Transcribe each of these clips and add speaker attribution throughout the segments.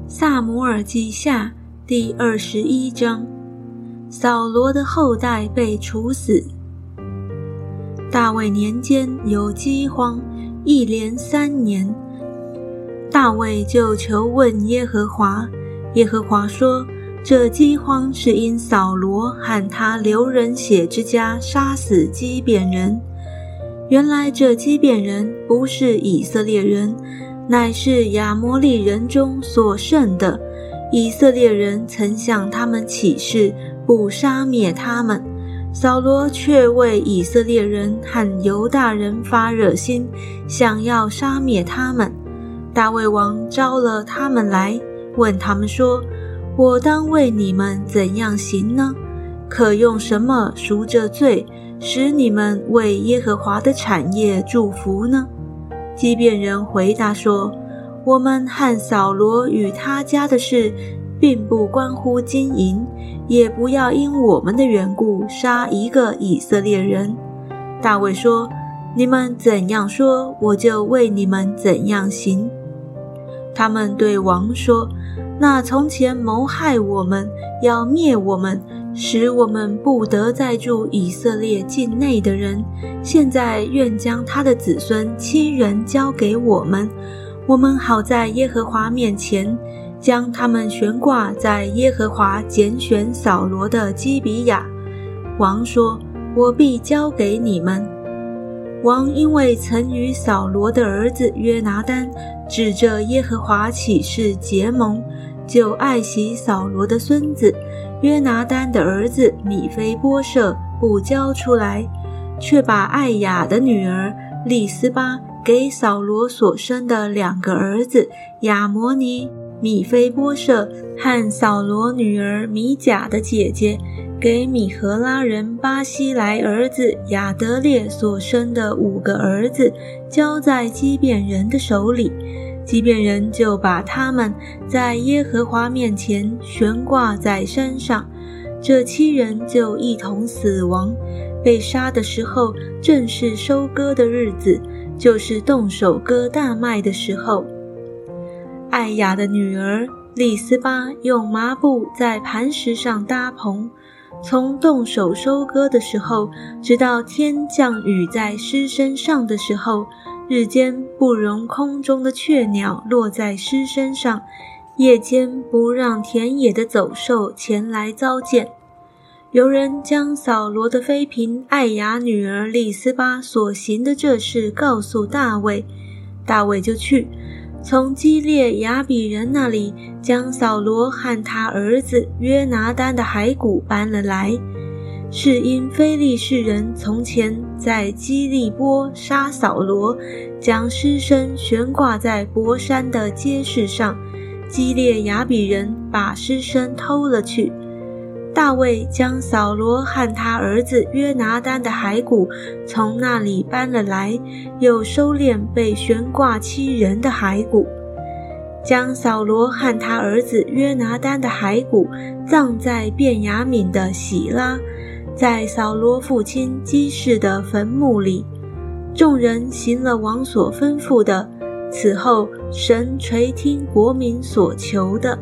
Speaker 1: 撒母耳记下第21章，扫罗的后代被处死。大卫年间有饥荒，一连3年。大卫就求问耶和华，耶和华说，这饥荒是因扫罗和他流人血之家杀死基遍人。原来这基遍人不是以色列人，乃是亚摩利人中所剩的。以色列人曾向他们起誓，不杀灭他们。扫罗却为以色列人和犹大人发热心，想要杀灭他们。大卫王招了他们来，问他们说，我当为你们怎样行呢？可用什么赎这罪，使你们为耶和华的产业祝福呢？基遍人回答说，我们和扫罗与他家的事，并不关乎金银，也不要因我们的缘故杀一个以色列人。大卫说，你们怎样说，我就为你们怎样行。他们对王说，那从前谋害我们，要灭我们，使我们不得再住以色列境内的人，现在愿将他的子孙7人交给我们，我们好在耶和华面前将他们悬挂在耶和华拣选扫罗的基比亚。王说，我必交给你们。王因为曾与扫罗的儿子约拿单指着耶和华起誓结盟，就爱惜扫罗的孙子约拿单的儿子米非波设不交出来，却把爱雅的女儿利斯巴给扫罗所生的2个儿子亚摩尼、米非波设和扫罗女儿米甲的姐姐，给米荷拉人巴西来儿子亚德列所生的5个儿子交在基遍人的手里。基遍人就把他们在耶和华面前悬挂在山上，这7人就一同死亡。被杀的时候正是收割的日子，就是动手割大麦的时候。爱雅的女儿利斯巴用麻布在磐石上搭棚，从动手收割的时候，直到天降雨在尸身上的时候，日间不容空中的雀鸟落在尸身上，夜间不让田野的走兽前来糟践。有人将扫罗的妃嫔爱雅女儿利斯巴所行的这事告诉大卫，大卫就去，从基列雅比人那里将扫罗和他儿子约拿单的骸骨搬了来，是因非利士人从前在基利波杀扫罗，将尸身悬挂在伯山的街市上，基列雅比人把尸身偷了去。大卫将扫罗和他儿子约拿单的骸骨从那里搬了来，又收敛被悬挂7人的骸骨，将扫罗和他儿子约拿单的骸骨葬在便雅悯的喜拉，在扫罗父亲基士的坟墓里。众人行了王所吩咐的，此后神垂听国民所求的。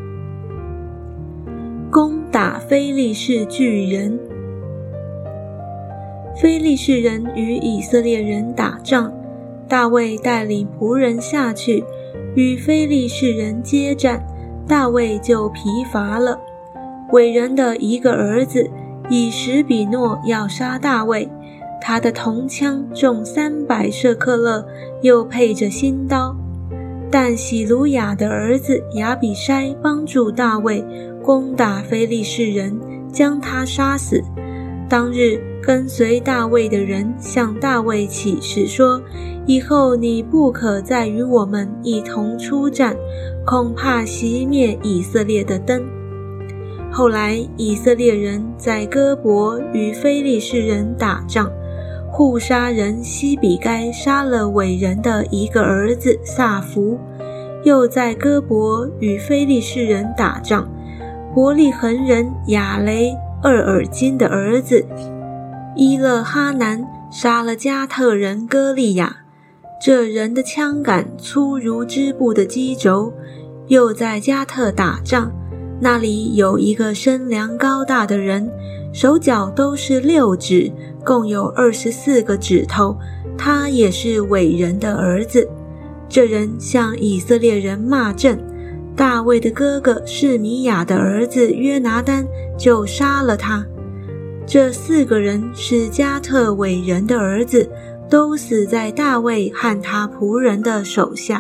Speaker 1: 攻打非利士巨人。非利士人与以色列人打仗，大卫带领仆人下去，与非利士人接战，大卫就疲乏了。伟人的一个儿子以实比诺要杀大卫，他的铜枪重300舍克勒，又配着新刀。但喜鲁雅的儿子亚比筛帮助大卫攻打非利士人，将他杀死。当日跟随大卫的人向大卫起誓说，以后你不可再与我们一同出战，恐怕熄灭以色列的灯。后来以色列人在哥伯与非利士人打仗，户沙人西比该杀了伟人的一个儿子萨弗，又在哥伯与非利士人打仗，伯利恒人亚雷厄尔金的儿子伊勒哈南杀了加特人歌利亚，这人的枪杆粗如织布的机轴， 又在加特打仗，那里有一个身量高大的人，手脚都是6指，共有24个指头，他也是伟人的儿子。这人向以色列人骂阵，大卫的哥哥示米亚的儿子约拿单就杀了他。这4个人是加特伟人的儿子，都死在大卫和他仆人的手下。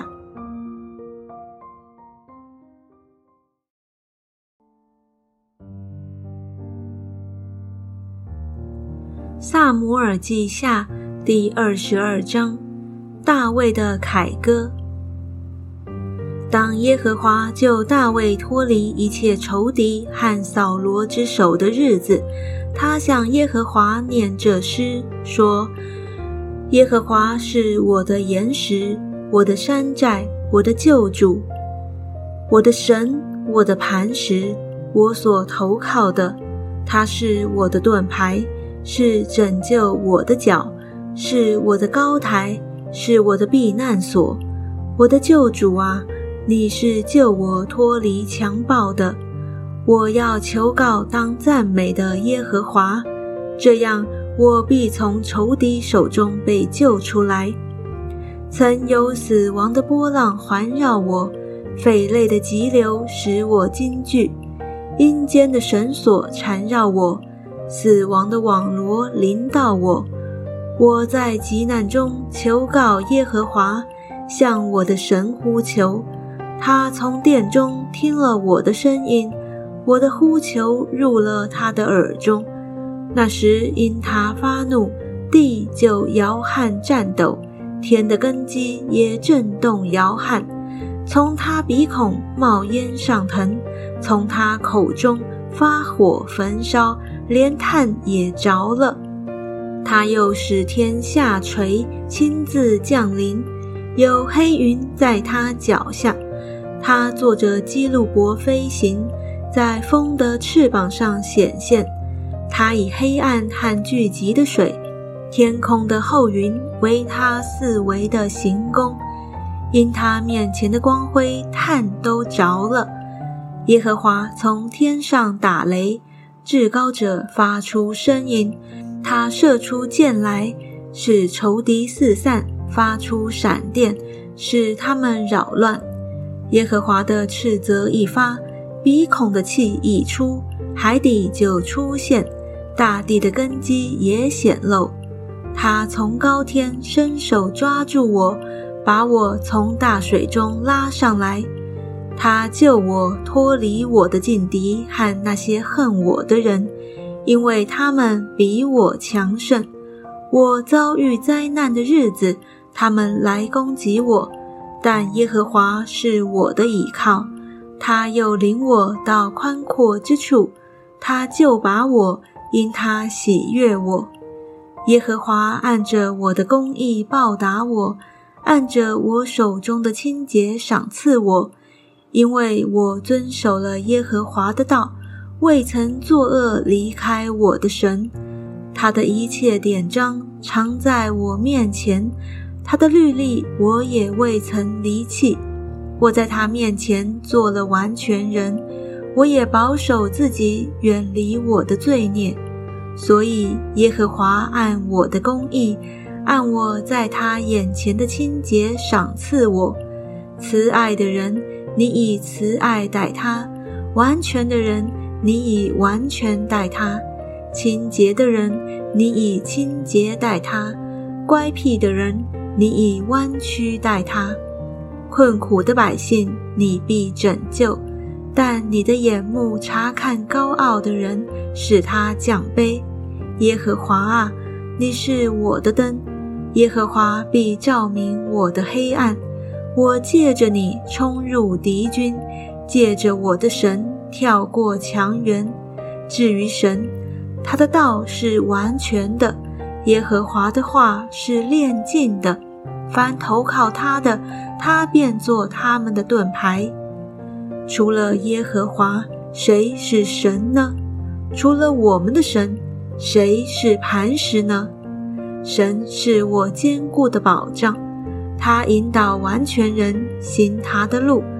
Speaker 1: 撒母耳记下第22章，大卫的凯歌。当耶和华救大卫脱离一切仇敌和扫罗之手的日子，他向耶和华念这诗说：耶和华是我的岩石，我的山寨，我的救主，我的神，我的磐石，我所投靠的。他是我的盾牌，是拯救我的脚，是我的高台，是我的避难所。我的救主啊，你是救我脱离强暴的。我要求告当赞美的耶和华，这样我必从仇敌手中被救出来。曾有死亡的波浪环绕我，匪类的急流使我惊惧，阴间的绳索缠绕我，死亡的网罗临到我。我在急难中求告耶和华，向我的神呼求。他从殿中听了我的声音，我的呼求入了他的耳中。那时因他发怒，地就摇撼颤抖，天的根基也震动摇撼。从他鼻孔冒烟上腾，从他口中发火焚烧，连炭也着了。他又使天下垂，亲自降临，有黑云在他脚下。他坐着基路伯飞行，在风的翅膀上显现。他以黑暗和聚集的水，天空的厚云为他四围的行宫。因他面前的光辉，炭都着了。耶和华从天上打雷，至高者发出声音，他射出箭来，使仇敌四散，发出闪电，使他们扰乱。耶和华的斥责一发，鼻孔的气一出，海底就出现，大地的根基也显露。他从高天伸手抓住我，把我从大水中拉上来。他救我脱离我的劲敌和那些恨我的人，因为他们比我强盛。我遭遇灾难的日子，他们来攻击我，但耶和华是我的倚靠。他又领我到宽阔之处，他救拔我，因他喜悦我。耶和华按着我的公义报答我，按着我手中的清洁赏赐我。因为我遵守了耶和华的道，未曾作恶离开我的神。他的一切典章常在我面前，他的律例我也未曾离弃。我在他面前做了完全人，我也保守自己远离我的罪孽。所以耶和华按我的公义，按我在他眼前的清洁赏赐我。慈爱的人，你以慈爱待他；完全的人，你以完全待他；清洁的人，你以清洁待他；乖僻的人，你以弯曲待他。困苦的百姓，你必拯救，但你的眼目察看高傲的人，使他降卑。耶和华啊，你是我的灯，耶和华必照明我的黑暗。我借着你冲入敌军，借着我的神跳过墙垣。至于神，他的道是完全的，耶和华的话是炼净的。凡投靠他的，他便做他们的盾牌。除了耶和华，谁是神呢？除了我们的神，谁是磐石呢？神是我坚固的保障，他引导完全人行他的路，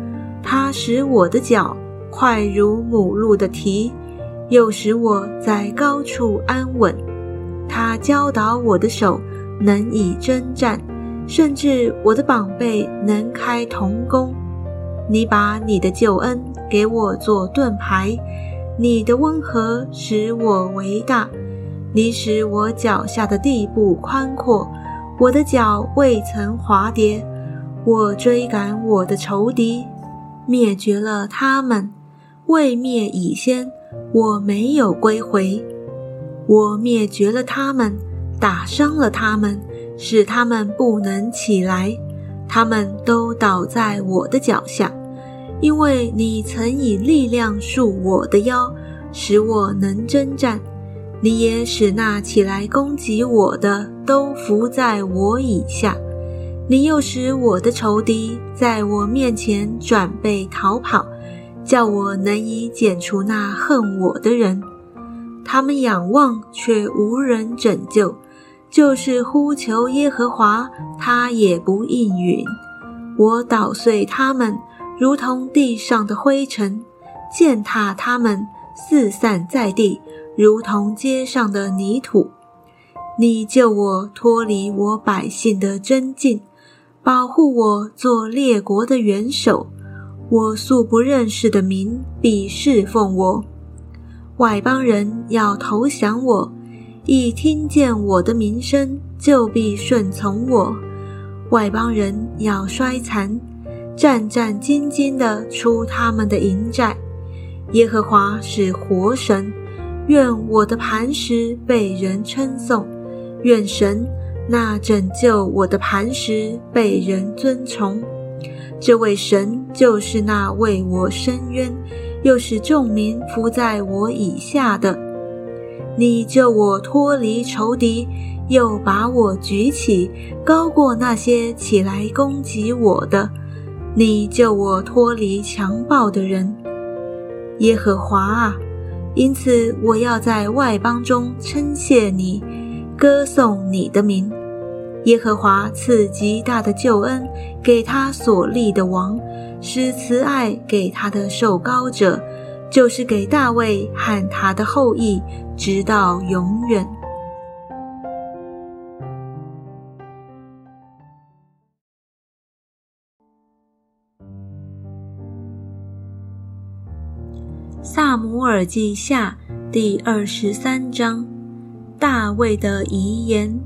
Speaker 1: 他使我的脚快如母鹿的蹄，又使我在高处安稳。他教导我的手能以征战，甚至我的膀臂能开铜弓。你把你的救恩给我做盾牌，你的温和使我为大。你使我脚下的地步宽阔，我的脚未曾滑跌。我追赶我的仇敌，灭绝了他们。未灭以先，我没有归回。我灭绝了他们，打伤了他们，使他们不能起来。他们都倒在我的脚下，因为你曾以力量束我的腰，使我能征战。你也使那起来攻击我的都伏在我以下。你又使我的仇敌在我面前转背逃跑，叫我能以剪除那恨我的人。他们仰望却无人拯救，就是呼求耶和华，他也不应允。我捣碎他们，如同地上的灰尘，践踏他们，四散在地，如同街上的泥土。你救我脱离我百姓的争竞，保护我做列国的元首。我素不认识的民必侍奉我，外邦人要投降我，一听见我的名声，就必顺从我。外邦人要衰残，战战兢兢地出他们的营寨。耶和华是活神，愿我的磐石被人称颂，愿神那拯救我的磐石被人尊崇。这位神就是那为我伸冤，又使众民伏在我以下的。你救我脱离仇敌，又把我举起，高过那些起来攻击我的。你救我脱离强暴的人。耶和华啊，因此我要在外邦中称谢你，歌颂你的名。耶和华赐极大的救恩给他所立的王，施慈爱给他的受膏者，就是给大卫和他的后裔，直到永远。撒母耳记下第23章，大卫的遗言。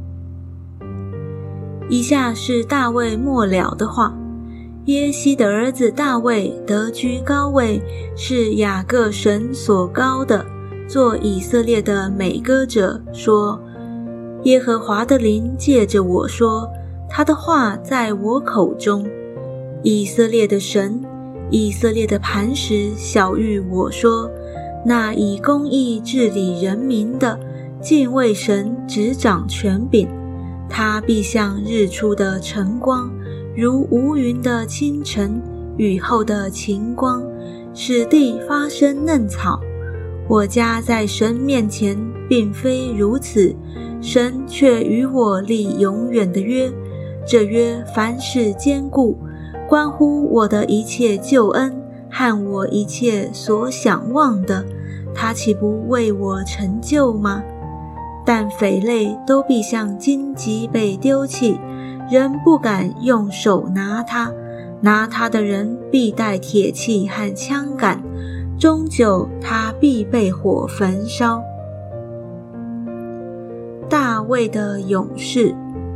Speaker 1: 以下是大卫末了的话：耶西的儿子大卫得居高位，是雅各神所膏的，做以色列的美歌者，说：耶和华的灵借着我说，他的话在我口中。以色列的神，以色列的磐石晓谕我说，那以公义治理人民的，敬畏神，执掌权柄，他必像日出的晨光，如无云的清晨，雨后的晴光，使地发生嫩草。我家在神面前并非如此，神却与我立永远的约，这约凡事坚固，关乎我的一切救恩和我一切所想望的，他岂不为我成就吗？但匪类都必像荆棘被丢弃，人不敢用手拿它，拿它的人必带铁器和枪杆，终究他必被火焚烧。大卫的勇士。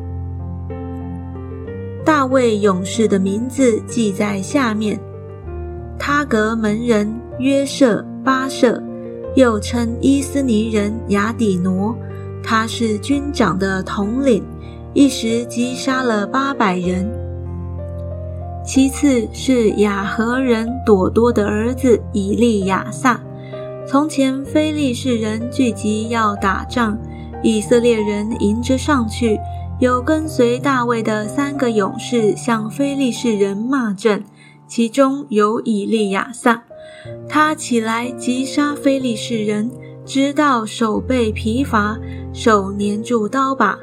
Speaker 1: 大卫勇士的名字记在下面：他革门人约瑟、巴瑟，又称伊斯尼人亚底挪，他是军长的统领，一时击杀了800人。其次是亚和人朵多的儿子以利亚撒。从前非利士人聚集要打仗，以色列人迎着上去，有跟随大卫的3个勇士向非利士人骂阵，其中有以利亚撒。他起来击杀非利士人，直到手背疲乏，手粘住刀把。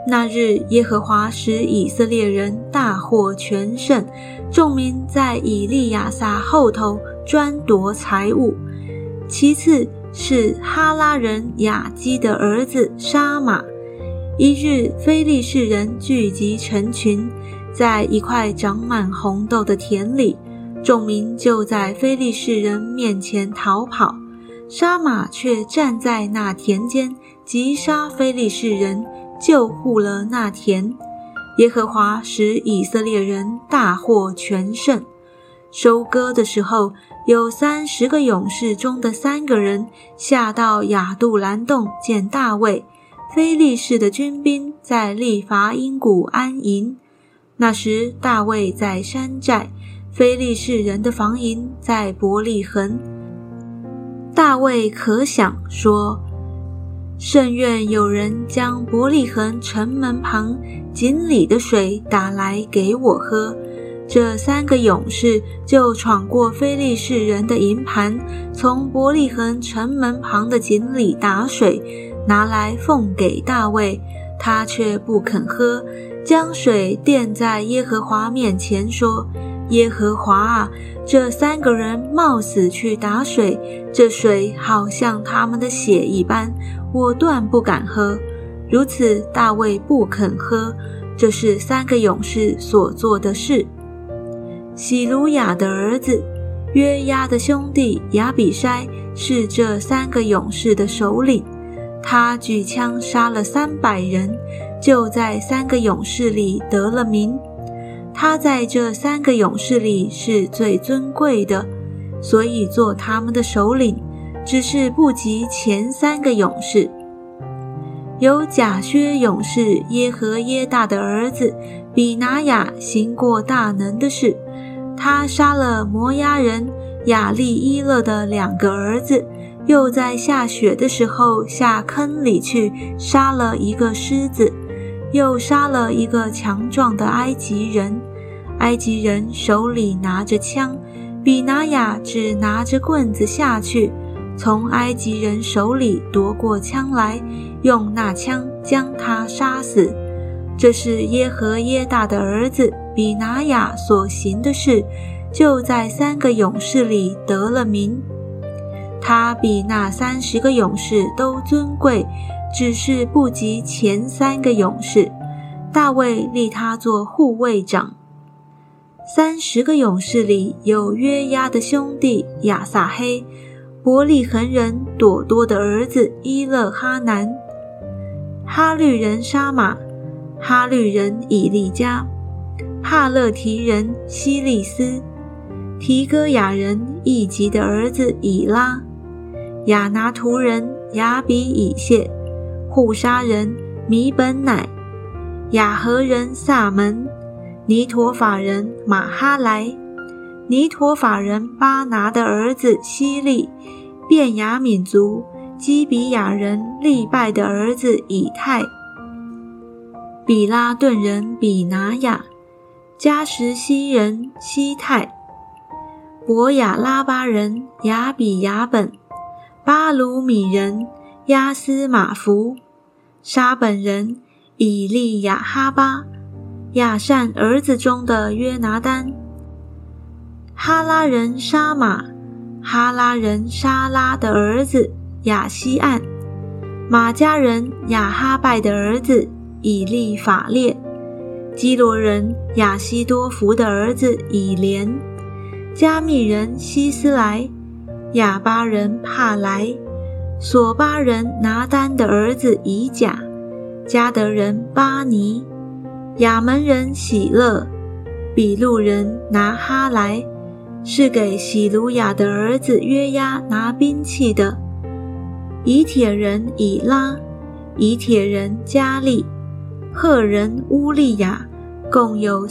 Speaker 1: 那日耶和华使以色列人大获全胜，众民在以利亚撒后头专夺财物。其次是哈拉人亚基的儿子沙马。一日，非利士人聚集成群，在一块长满红豆的田里，众民就在非利士人面前逃跑，沙马却站在那田间，击杀非利士人，救护了那田。耶和华使以色列人大获全胜。收割的时候，有30个勇士中的3个人下到亚杜兰洞见大卫。非利士的军兵在利伐因谷安营。那时大卫在山寨，非利士人的防营在伯利恒。大卫可想说，甚愿有人将伯利恒城门旁井里的水打来给我喝。这3个勇士就闯过非利士人的营盘，从伯利恒城门旁的井里打水，拿来奉给大卫，他却不肯喝，将水奠在耶和华面前，说：耶和华啊，这3个人冒死去打水，这水好像他们的血一般，我断不敢喝。如此大卫不肯喝，这是3个勇士所做的事。喜鲁雅的儿子约押的兄弟亚比筛是这3个勇士的首领，他举枪杀了300人，就在3个勇士里得了名。他在这3个勇士里是最尊贵的，所以做他们的首领，只是不及前3个勇士。有甲薛勇士耶和耶大的儿子比拿雅行过大能的事，他杀了摩押人亚利伊勒的2个儿子，又在下雪的时候下坑里去杀了一个狮子，又杀了一个强壮的埃及人。埃及人手里拿着枪，比拿雅只拿着棍子下去，从埃及人手里夺过枪来，用那枪将他杀死。这是耶和耶大的儿子比拿雅所行的事，就在3个勇士里得了名。他比那30个勇士都尊贵，只是不及前3个勇士。大卫立他做护卫长。30个勇士里有约押的兄弟亚撒黑，伯利恒人朵多的儿子伊勒哈南，哈律人沙马，哈律人以利加，帕勒提人希利斯，提哥雅人以吉的儿子以拉，亚拿图人亚比以谢，户沙人米本乃，雅和人撒门，尼陀法人马哈莱，尼陀法人巴拿的儿子希利，便雅悯族基比亚人利拜的儿子以太，比拉顿人比拿雅，加什西人西泰，伯亚拉巴人亚比亚本，巴鲁米人亚斯马福，沙本人以利亚哈巴，亚善儿子中的约拿单，哈拉人沙马，哈拉人沙拉的儿子亚西岸，马加人亚哈拜的儿子以利法列，基罗人亚西多弗的儿子以连，加密人希斯莱，亚巴人帕莱，索巴人拿单的儿子以甲，加德人巴尼，亚门人喜乐，比路人拿哈莱，是给喜鲁雅的儿子约押拿兵器的。以铁人以拉，以铁人加利，赫人乌利亚，共有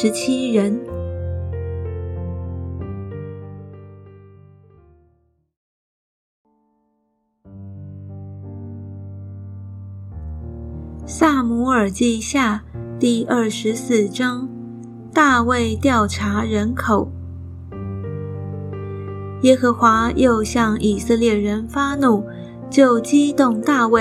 Speaker 1: 37人。撒母耳记下第24章，大卫调查人口。耶和华又向以色列人发怒，就激动大卫，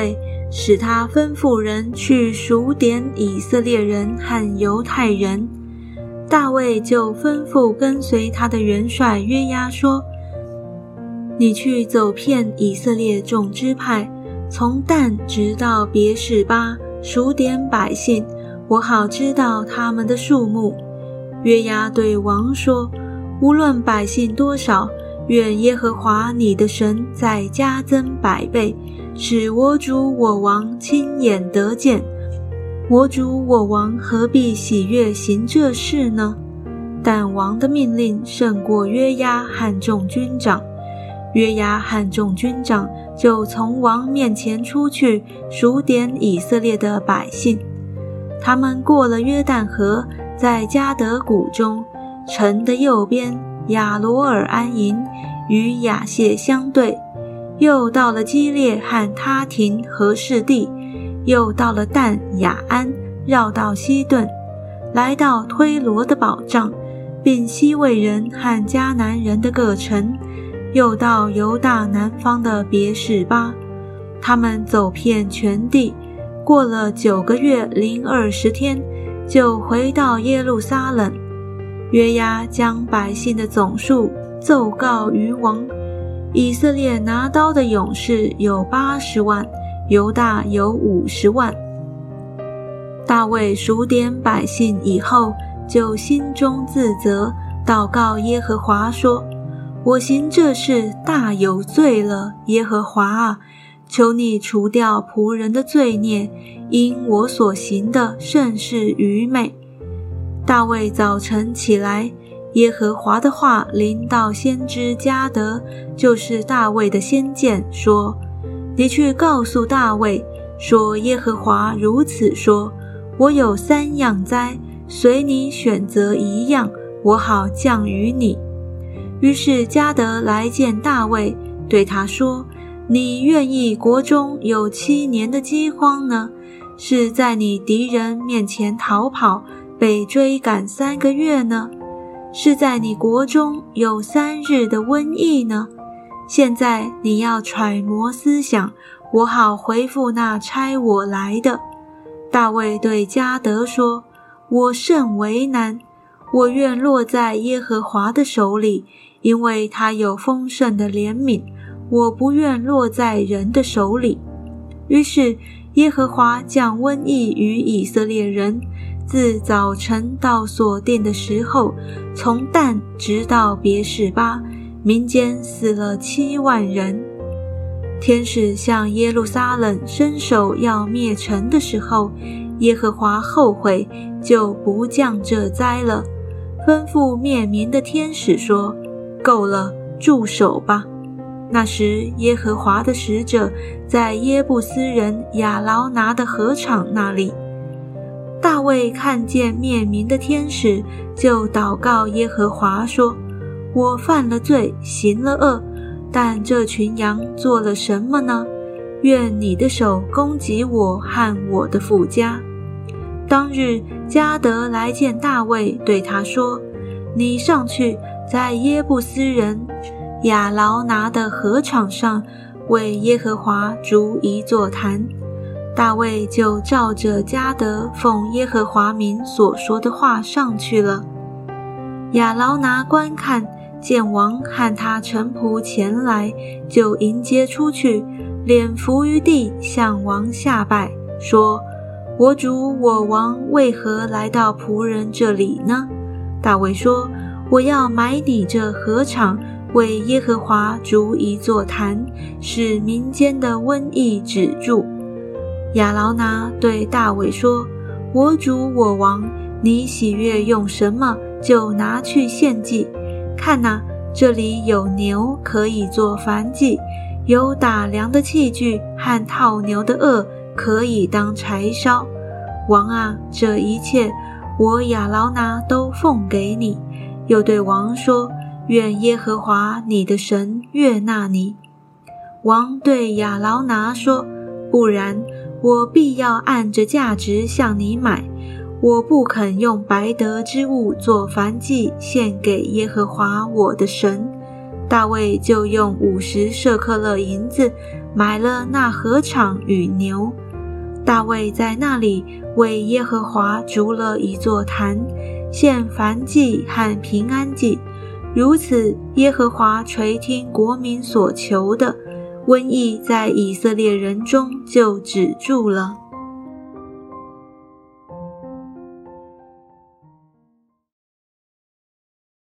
Speaker 1: 使他吩咐人去数点以色列人和犹太人。大卫就吩咐跟随他的元帅约押说：你去走遍以色列众支派，从但直到别是巴，数点百姓，我好知道他们的数目。约押对王说：无论百姓多少，愿耶和华你的神再加增100倍，使我主我王亲眼得见。我主我王何必喜悦行这事呢？但王的命令胜过约押和众军长。约押和众军长就从王面前出去，数点以色列的百姓。他们过了约旦河，在迦得谷中，城的右边亚罗尔安营，与亚谢相对，又到了基列和他廷和士地，又到了但雅安，绕到西顿，来到推罗的保障，并西魏人和迦南人的各城，又到犹大南方的别是巴。他们走遍全地，过了9个月零20天，就回到耶路撒冷。约押将百姓的总数奏告于王。以色列拿刀的勇士有80万，犹大有50万。大卫数点百姓以后，就心中自责，祷告耶和华说：我行这事大有罪了，耶和华啊，求你除掉仆人的罪孽，因我所行的甚是愚昧。大卫早晨起来，耶和华的话临到先知迦得，就是大卫的先见，说：你去告诉大卫，说耶和华如此说，我有3样灾，随你选择1样，我好降于你。于是迦得来见大卫，对他说：你愿意国中有7年的饥荒呢？是在你敌人面前逃跑，被追赶3个月呢？是在你国中有3日的瘟疫呢？现在你要揣摩思想，我好回复那差我来的。大卫对迦得说：我甚为难，我愿落在耶和华的手里，因为他有丰盛的怜悯，我不愿落在人的手里。于是耶和华降瘟疫于以色列人，自早晨到所定的时候，从但直到别是巴，民间死了7万人。天使向耶路撒冷伸手要灭城的时候，耶和华后悔，就不降这灾了，吩咐灭民的天使说：够了，住手吧。那时耶和华的使者在耶布斯人亚劳拿的禾场那里。大卫看见灭民的天使，就祷告耶和华说：我犯了罪，行了恶，但这群羊做了什么呢？愿你的手攻击我和我的父家。当日迦得来见大卫，对他说：你上去，在耶布斯人亚劳拿的禾场上，为耶和华筑一座坛。大卫就照着迦得奉耶和华名所说的话上去了。亚劳拿观看，见王和他臣仆前来，就迎接出去，脸伏于地，向王下拜，说：我主我王为何来到仆人这里呢？大卫说：我要买你这禾场，为耶和华筑一座坛，使民间的瘟疫止住。亚劳拿对大卫说：我主我王，你喜悦用什么，就拿去献祭。看哪，这里有牛可以做燔祭，有打粮的器具和套牛的轭可以当柴烧。王啊，这一切我亚劳拿都奉给你。又对王说：愿耶和华你的神悦纳你。王对亚劳拿说：不然，我必要按着价值向你买，我不肯用白得之物做燔祭献给耶和华我的神。大卫就用50舍客勒银子买了那禾场与牛。 大卫在那里为耶和华筑了一座坛，献燔祭和平安祭。如此，耶和华垂听国民所求的，瘟疫在以色列人中就止住了。